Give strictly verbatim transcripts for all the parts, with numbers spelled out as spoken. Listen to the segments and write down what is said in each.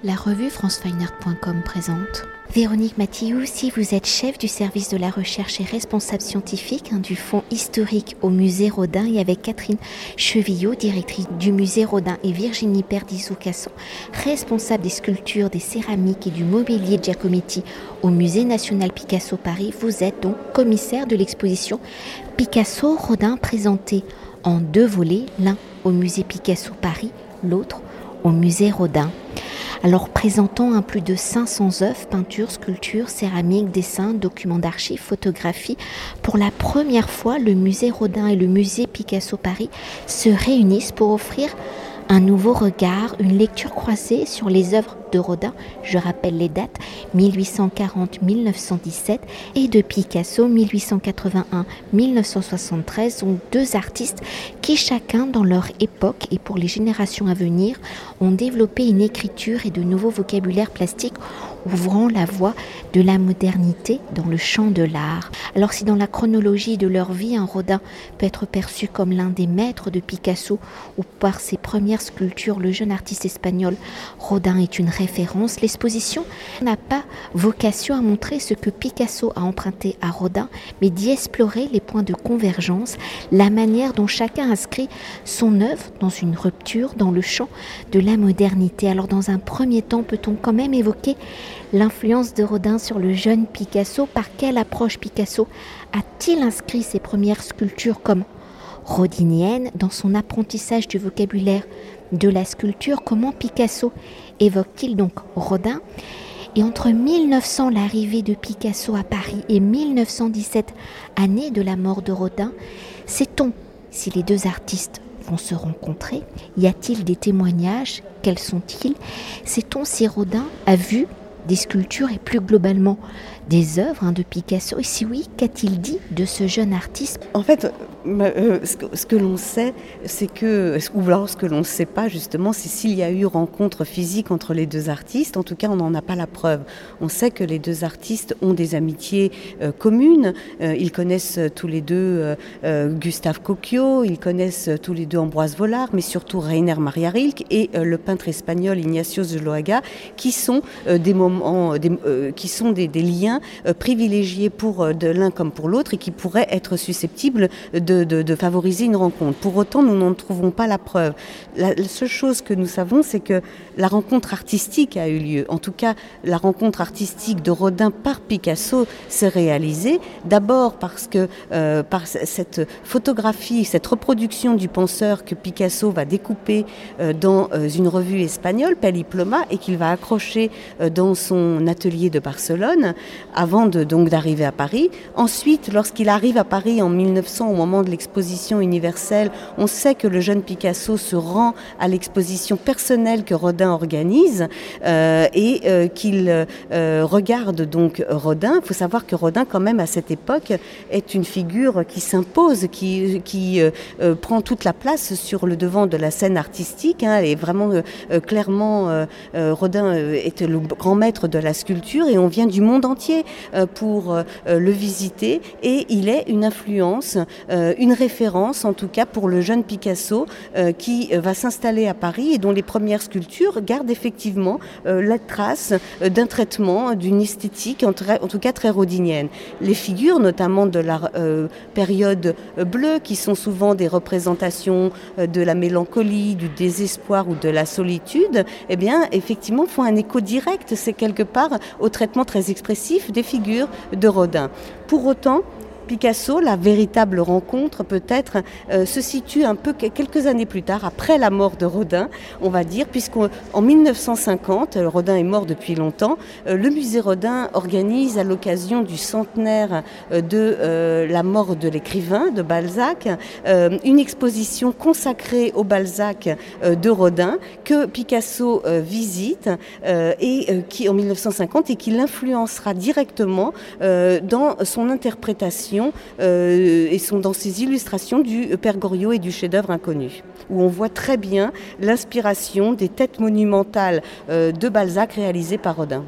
La revue france fine art point com présente. Véronique Mathieu, si vous êtes chef du service de la recherche et responsable scientifique hein, du fonds historique au musée Rodin, et avec Catherine Chevillot, directrice du musée Rodin, et Virginie Perdizou-Casson, responsable des sculptures, des céramiques et du mobilier Giacometti au musée national Picasso Paris, vous êtes donc commissaire de l'exposition Picasso Rodin présentée en deux volets, l'un au musée Picasso Paris, l'autre au musée Rodin. Alors présentant un plus de cinq cents œuvres, peintures, sculptures, céramiques, dessins, documents d'archives, photographies. Pour la première fois, le musée Rodin et le musée Picasso Paris se réunissent pour offrir un nouveau regard, une lecture croisée sur les œuvres de Rodin, je rappelle les dates, mille huit cent quarante à mille neuf cent dix-sept, et de Picasso, mille huit cent quatre-vingt-un à mille neuf cent soixante-treize, sont deux artistes qui chacun dans leur époque et pour les générations à venir ont développé une écriture et de nouveaux vocabulaires plastiques ouvrant la voie de la modernité dans le champ de l'art. Alors si dans la chronologie de leur vie, un Rodin peut être perçu comme l'un des maîtres de Picasso ou par ses premières sculptures, le jeune artiste espagnol Rodin est une référence, l'exposition n'a pas vocation à montrer ce que Picasso a emprunté à Rodin, mais d'y explorer les points de convergence, la manière dont chacun inscrit son œuvre dans une rupture dans le champ de la modernité. Alors dans un premier temps, peut-on quand même évoquer l'influence de Rodin sur le jeune Picasso? Par quelle approche Picasso a-t-il inscrit ses premières sculptures comme rodiniennes dans son apprentissage du vocabulaire de la sculpture? Comment Picasso évoque-t-il donc Rodin? Et entre mille neuf cents, l'arrivée de Picasso à Paris, et mille neuf cent dix-sept, année de la mort de Rodin, sait-on si les deux artistes vont se rencontrer? Y a-t-il des témoignages? Quels sont-ils? Sait-on si Rodin a vu des sculptures et plus globalement des œuvres hein, de Picasso? Et si oui, qu'a-t-il dit de ce jeune artiste? En fait, euh, ce, que, ce que l'on sait, c'est que, ou alors ce que l'on ne sait pas justement, c'est s'il y a eu rencontre physique entre les deux artistes. En tout cas, on n'en a pas la preuve. On sait que les deux artistes ont des amitiés euh, communes. Euh, ils connaissent tous les deux euh, euh, Gustave Cocchio, ils connaissent tous les deux Ambroise Vollard, mais surtout Rainer Maria Rilke et euh, le peintre espagnol Ignacio Zuloaga, qui sont euh, des moments, des, euh, qui sont des, des liens euh, privilégiés pour euh, de l'un comme pour l'autre et qui pourraient être susceptibles de, de, de favoriser une rencontre. Pour autant, nous n'en trouvons pas la preuve. La, la seule chose que nous savons, c'est que la rencontre artistique a eu lieu. En tout cas, la rencontre artistique de Rodin par Picasso s'est réalisée d'abord parce que euh, par cette photographie, cette reproduction du penseur que Picasso va découper euh, dans euh, une revue espagnole, Peliploma, et qu'il va accrocher euh, dans son atelier de Barcelone avant de, donc d'arriver à Paris. Ensuite, lorsqu'il arrive à Paris en mille neuf cents, au moment de l'exposition universelle, on sait que le jeune Picasso se rend à l'exposition personnelle que Rodin organise euh, et euh, qu'il euh, regarde donc Rodin. Il faut savoir que Rodin, quand même, à cette époque, est une figure qui s'impose, qui, qui euh, euh, prend toute la place sur le devant de la scène artistique. Hein, et vraiment, euh, clairement, euh, euh, Rodin euh, est le grand maître de la sculpture et on vient du monde entier euh, pour euh, le visiter et il est une influence, euh, une référence en tout cas pour le jeune Picasso euh, qui va s'installer à Paris et dont les premières sculptures gardent effectivement euh, la trace euh, d'un traitement, d'une esthétique en, très, en tout cas très rodinienne. Les figures notamment de la euh, période bleue qui sont souvent des représentations euh, de la mélancolie, du désespoir ou de la solitude, eh bien effectivement font un écho direct, c'est quelque part au traitement très expressif des figures de Rodin. Pour autant, Picasso, la véritable rencontre peut-être euh, se situe un peu quelques années plus tard, après la mort de Rodin, on va dire, puisqu'en mille neuf cent cinquante, Rodin est mort depuis longtemps, euh, le musée Rodin organise à l'occasion du centenaire euh, de euh, la mort de l'écrivain, de Balzac, euh, une exposition consacrée au Balzac euh, de Rodin que Picasso euh, visite euh, et euh, qui en mille neuf cent cinquante et qui l'influencera directement euh, dans son interprétation Euh, et sont dans ces illustrations du Père Goriot et du chef-d'œuvre inconnu, où on voit très bien l'inspiration des têtes monumentales euh, de Balzac réalisées par Rodin.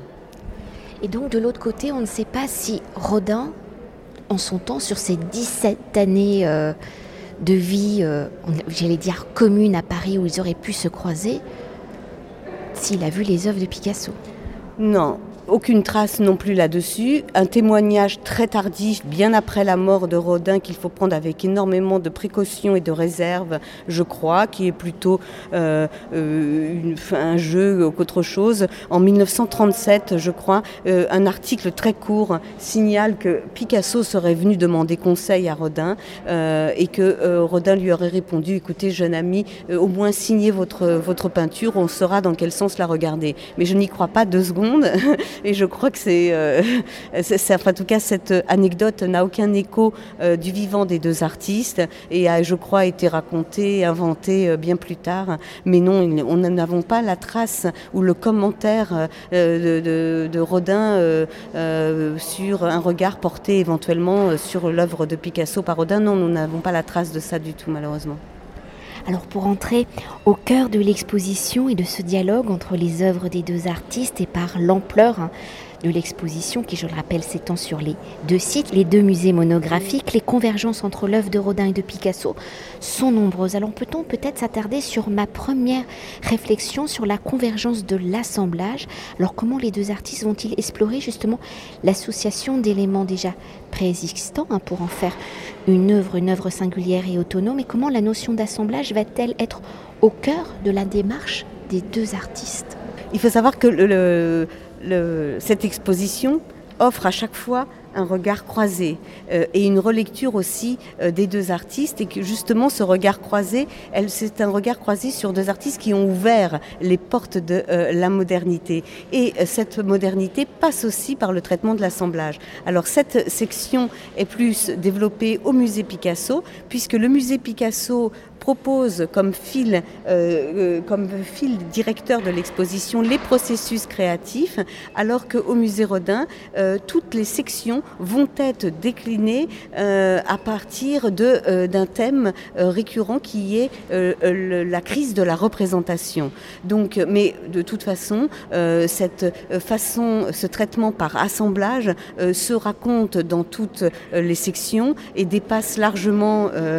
Et donc de l'autre côté, on ne sait pas si Rodin, en son temps, sur ces dix-sept années euh, de vie, euh, j'allais dire commune à Paris, où ils auraient pu se croiser, s'il a vu les œuvres de Picasso. Non. Aucune trace non plus là-dessus. Un témoignage très tardif, bien après la mort de Rodin, qu'il faut prendre avec énormément de précautions et de réserve, je crois, qui est plutôt euh, euh, une, un jeu qu'autre chose. En mille neuf cent trente-sept, je crois, euh, un article très court signale que Picasso serait venu demander conseil à Rodin euh, et que euh, Rodin lui aurait répondu « Écoutez, jeune ami, euh, au moins signez votre, votre peinture, on saura dans quel sens la regarder. » Mais je n'y crois pas deux secondes. Et je crois que c'est, euh, c'est, c'est, enfin, en tout cas, cette anecdote n'a aucun écho euh, du vivant des deux artistes et a, je crois, été racontée, inventée euh, bien plus tard. Mais non, on n'avons pas la trace ou le commentaire euh, de, de, de Rodin euh, euh, sur un regard porté éventuellement sur l'œuvre de Picasso par Rodin. Non, nous n'avons pas la trace de ça du tout, malheureusement. Alors pour entrer au cœur de l'exposition et de ce dialogue entre les œuvres des deux artistes et par l'ampleur hein, de l'exposition qui, je le rappelle, s'étend sur les deux sites, les deux musées monographiques, les convergences entre l'œuvre de Rodin et de Picasso sont nombreuses. Alors peut-on peut-être s'attarder sur ma première réflexion sur la convergence de l'assemblage. Alors comment les deux artistes vont-ils explorer justement l'association d'éléments déjà préexistants hein, pour en faire une œuvre, une œuvre singulière et autonome, et comment la notion d'assemblage va-t-elle être au cœur de la démarche des deux artistes? Il faut savoir que le, le, le, cette exposition offre à chaque fois un regard croisé euh, et une relecture aussi euh, des deux artistes, et que justement ce regard croisé, elle, c'est un regard croisé sur deux artistes qui ont ouvert les portes de euh, la modernité, et euh, cette modernité passe aussi par le traitement de l'assemblage. Alors cette section est plus développée au musée Picasso, puisque le musée Picasso propose comme fil, euh, comme fil directeur de l'exposition les processus créatifs, alors qu'au musée Rodin, euh, toutes les sections vont être déclinées euh, à partir de, euh, d'un thème euh, récurrent qui est euh, le, la crise de la représentation. Donc, mais de toute façon, euh, cette façon, ce traitement par assemblage euh, se raconte dans toutes les sections et dépasse largement euh,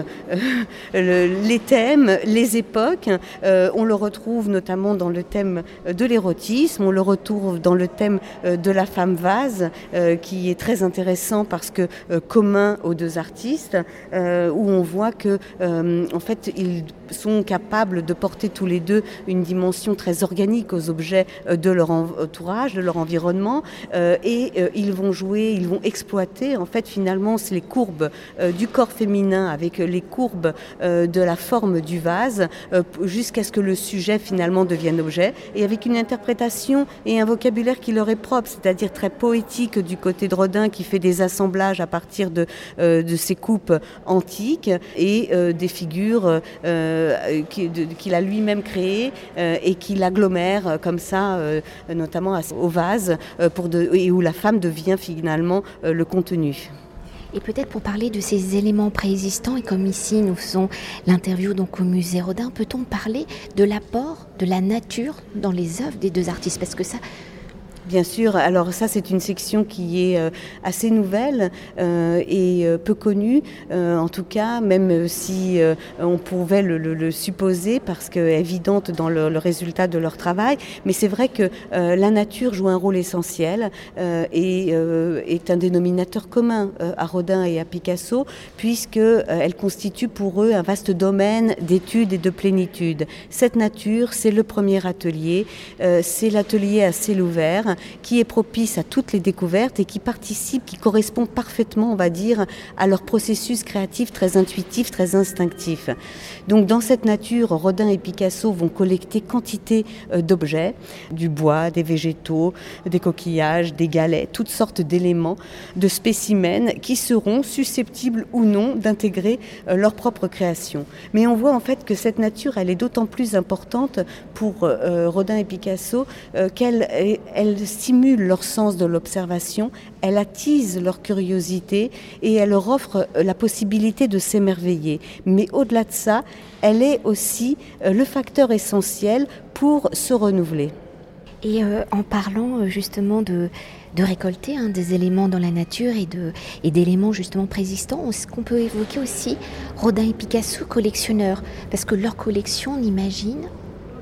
euh, les thèmes, les époques. Euh, on le retrouve notamment dans le thème de l'érotisme, on le retrouve dans le thème de la femme vase, euh, qui est très intéressant parce que euh, commun aux deux artistes, euh, où on voit que euh, en fait ils sont capables de porter tous les deux une dimension très organique aux objets euh, de leur entourage, de leur environnement, euh, et euh, ils vont jouer, ils vont exploiter en fait finalement les courbes euh, du corps féminin avec les courbes euh, de la forme du vase, euh, jusqu'à ce que le sujet finalement devienne objet, et avec une interprétation et un vocabulaire qui leur est propre, c'est-à-dire très poétique du côté de Rodin, qui fait des assemblages à partir de, euh, de ces coupes antiques et euh, des figures euh, qui, de, qu'il a lui-même créées euh, et qu'il agglomère euh, comme ça, euh, notamment au vase, euh, pour de, et où la femme devient finalement euh, le contenu. Et peut-être pour parler de ces éléments préexistants, et comme ici nous faisons l'interview donc au musée Rodin, peut-on parler de l'apport de la nature dans les œuvres des deux artistes? Parce que ça... Bien sûr, alors ça c'est une section qui est euh, assez nouvelle euh, et euh, peu connue, euh, en tout cas, même si euh, on pouvait le, le, le supposer parce qu'elle est évidente dans le, le résultat de leur travail, mais c'est vrai que euh, la nature joue un rôle essentiel euh, et euh, est un dénominateur commun euh, à Rodin et à Picasso, puisque euh, elle constitue pour eux un vaste domaine d'études et de plénitude. Cette nature, c'est le premier atelier, euh, c'est l'atelier à ciel ouvert, qui est propice à toutes les découvertes et qui participe, qui correspond parfaitement, on va dire, à leur processus créatif très intuitif, très instinctif. Donc dans cette nature, Rodin et Picasso vont collecter quantité euh, d'objets, du bois, des végétaux, des coquillages, des galets, toutes sortes d'éléments, de spécimens qui seront susceptibles ou non d'intégrer euh, leur propre création. Mais on voit en fait que cette nature, elle est d'autant plus importante pour euh, Rodin et Picasso euh, qu'elle elle stimule leur sens de l'observation, elle attise leur curiosité et elle leur offre la possibilité de s'émerveiller. Mais au-delà de ça, elle est aussi le facteur essentiel pour se renouveler. Et euh, en parlant euh, justement de, de récolter hein, des éléments dans la nature et, de, et d'éléments justement préexistants, est-ce qu'on peut évoquer aussi Rodin et Picasso collectionneurs? Parce que leur collection, on imagine,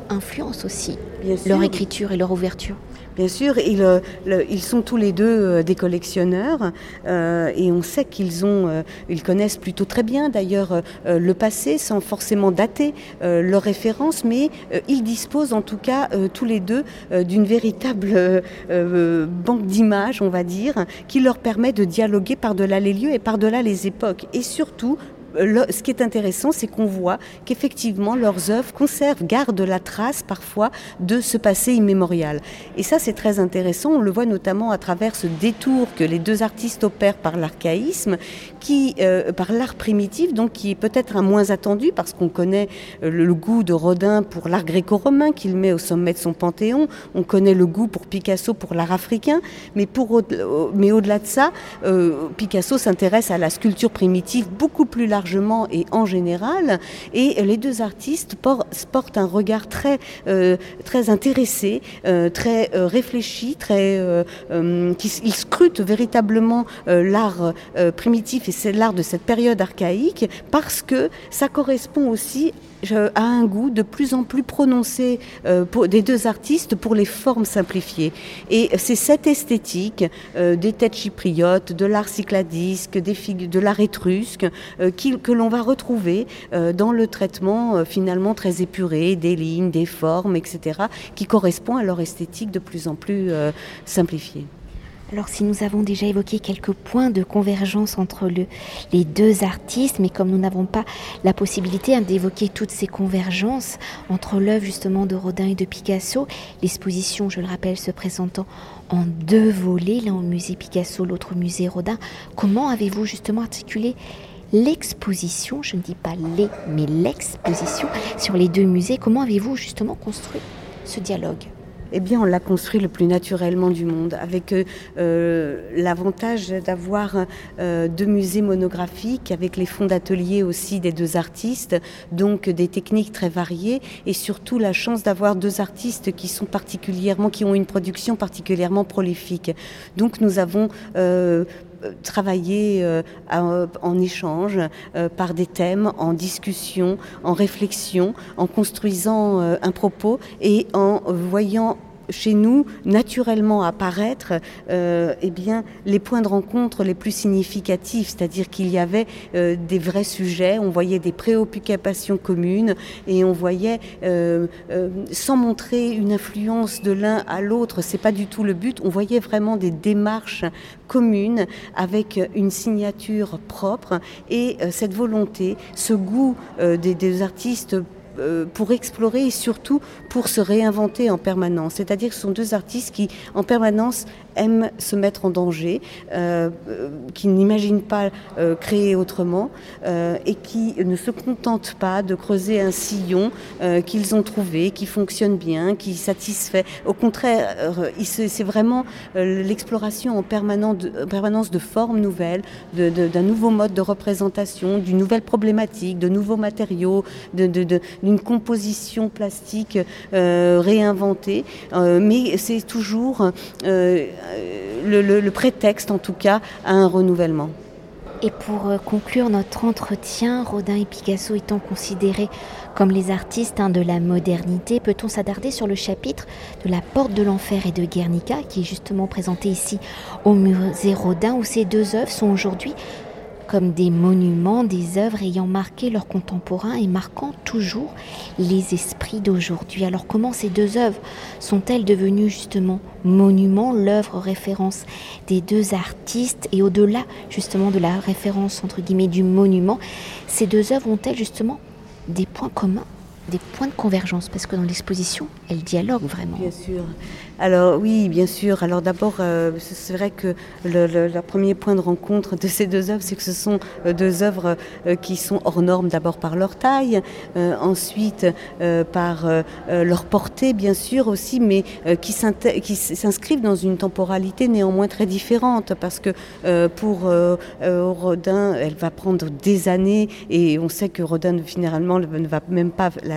influence aussi Bien leur sûr. écriture et leur ouverture. Bien sûr, ils, euh, le- ils sont tous les deux euh, des collectionneurs euh, et on sait qu'ils ont, euh, ils connaissent plutôt très bien d'ailleurs euh, le passé sans forcément dater euh, leurs références, mais euh, ils disposent en tout cas euh, tous les deux euh, d'une véritable euh, euh, banque d'images, on va dire, qui leur permet de dialoguer par-delà les lieux et par-delà les époques. Et surtout, le- ce qui est intéressant, c'est qu'on voit qu'effectivement leurs œuvres conservent, gardent la trace parfois de ce passé immémorial. Et ça, c'est très intéressant. On le voit notamment à travers ce détour que les deux artistes opèrent par l'archaïsme, qui, euh, par l'art primitif, donc qui est peut-être un moins attendu parce qu'on connaît euh, le, le goût de Rodin pour l'art gréco-romain qu'il met au sommet de son panthéon. On connaît le goût pour Picasso pour l'art africain, mais, pour, au- mais au-delà de ça, euh, Picasso s'intéresse à la sculpture primitive beaucoup plus largement et en général, et les deux artistes por- portent un regard très, euh, très intéressé, euh, très euh, réfléchi, très, euh, euh, qui, ils scrutent véritablement euh, l'art euh, primitif et c'est l'art de cette période archaïque parce que ça correspond aussi je- à un goût de plus en plus prononcé euh, pour, des deux artistes pour les formes simplifiées. Et c'est cette esthétique euh, des têtes chypriotes, de l'art cycladisque, des figu- de l'art étrusque, euh, qui, que l'on va retrouver euh, dans le traitement euh, finalement très épuré des lignes, des formes, et cetera, qui correspond à leur esthétique de plus en plus euh, simplifiée. Alors si nous avons déjà évoqué quelques points de convergence entre le, les deux artistes, mais comme nous n'avons pas la possibilité hein, d'évoquer toutes ces convergences entre l'œuvre justement de Rodin et de Picasso, l'exposition, je le rappelle, se présentant en deux volets, l'un au musée Picasso, l'autre au musée Rodin, comment avez-vous justement articulé l'exposition, je ne dis pas les, mais l'exposition sur les deux musées, comment avez-vous justement construit ce dialogue ? Eh bien, on l'a construit le plus naturellement du monde, avec euh, l'avantage d'avoir euh, deux musées monographiques, avec les fonds d'atelier aussi des deux artistes, donc des techniques très variées, et surtout la chance d'avoir deux artistes qui sont particulièrement, qui ont une production particulièrement prolifique. Donc, nous avons euh, travailler euh, en échange, euh, par des thèmes, en discussion, en réflexion, en construisant euh, un propos et en voyant chez nous naturellement apparaître euh, eh bien, les points de rencontre les plus significatifs, c'est-à-dire qu'il y avait euh, des vrais sujets, on voyait des préoccupations communes et on voyait, euh, euh, sans montrer une influence de l'un à l'autre, c'est pas du tout le but, on voyait vraiment des démarches communes avec une signature propre et euh, cette volonté, ce goût euh, des, des artistes pour explorer et surtout pour se réinventer en permanence. C'est-à-dire que ce sont deux artistes qui, en permanence, aiment se mettre en danger, euh, qui n'imaginent pas euh, créer autrement euh, et qui ne se contentent pas de creuser un sillon euh, qu'ils ont trouvé, qui fonctionne bien, qui satisfait. Au contraire, euh, c'est vraiment euh, l'exploration en permanence de, en permanence de formes nouvelles, de, de, d'un nouveau mode de représentation, d'une nouvelle problématique, de nouveaux matériaux, de, de, de, d'une composition plastique euh, réinventée. Euh, mais c'est toujours euh, le, le, le prétexte, en tout cas, à un renouvellement. Et pour conclure notre entretien, Rodin et Picasso étant considérés comme les artistes hein, de la modernité, peut-on s'attarder sur le chapitre de la Porte de l'Enfer et de Guernica, qui est justement présenté ici au musée Rodin, où ces deux œuvres sont aujourd'hui comme des monuments, des œuvres ayant marqué leurs contemporains et marquant toujours les esprits d'aujourd'hui. Alors comment ces deux œuvres sont-elles devenues justement monuments, l'œuvre référence des deux artistes, et au-delà justement de la référence entre guillemets du monument, ces deux œuvres ont-elles justement des points communs, des points de convergence, parce que dans l'exposition, elles dialoguent vraiment. Bien sûr. Alors oui, bien sûr. Alors d'abord, euh, c'est vrai que le, le, le premier point de rencontre de ces deux œuvres, c'est que ce sont euh, deux œuvres euh, qui sont hors normes, d'abord par leur taille, euh, ensuite euh, par euh, leur portée, bien sûr aussi, mais euh, qui, qui s'inscrivent dans une temporalité néanmoins très différente, parce que euh, pour euh, euh, Rodin, elle va prendre des années, et on sait que Rodin finalement ne va même pas la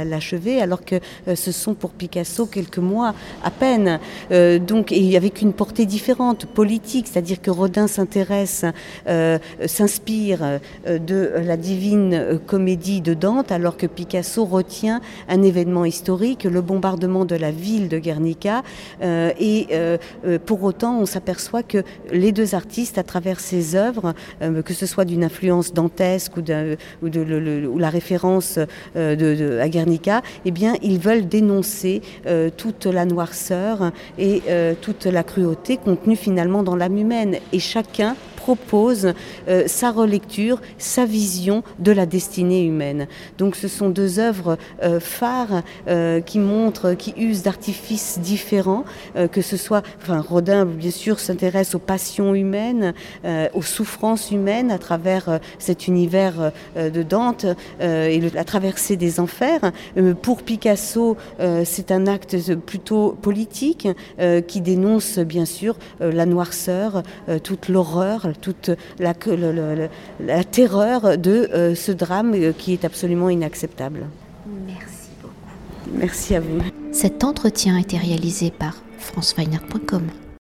la, l'achever, alors que euh, ce sont pour Picasso quelques mois à peine. Euh, donc, et avec une portée différente, politique, c'est-à-dire que Rodin s'intéresse, euh, s'inspire euh, de la divine comédie de Dante, alors que Picasso retient un événement historique, le bombardement de la ville de Guernica, euh, et euh, pour autant on s'aperçoit que les deux artistes, à travers ces œuvres, euh, que ce soit d'une influence dantesque ou, de, ou, de, le, le, ou la référence euh, de, de, à Guernica, eh bien ils veulent dénoncer euh, toute la noirceur et euh, toute la cruauté contenue finalement dans l'âme humaine, et chacun propose euh, sa relecture, sa vision de la destinée humaine. Donc ce sont deux œuvres euh, phares euh, qui montrent, qui usent d'artifices différents, euh, que ce soit, enfin Rodin bien sûr s'intéresse aux passions humaines, euh, aux souffrances humaines à travers euh, cet univers euh, de Dante euh, et le, la traversée des enfers. Euh, pour Picasso, euh, c'est un acte plutôt politique euh, qui dénonce bien sûr euh, la noirceur, euh, toute l'horreur, toute la, le, le, la terreur de euh, ce drame euh, qui est absolument inacceptable. Merci beaucoup. Merci à vous. Cet entretien a été réalisé par france fine art point com.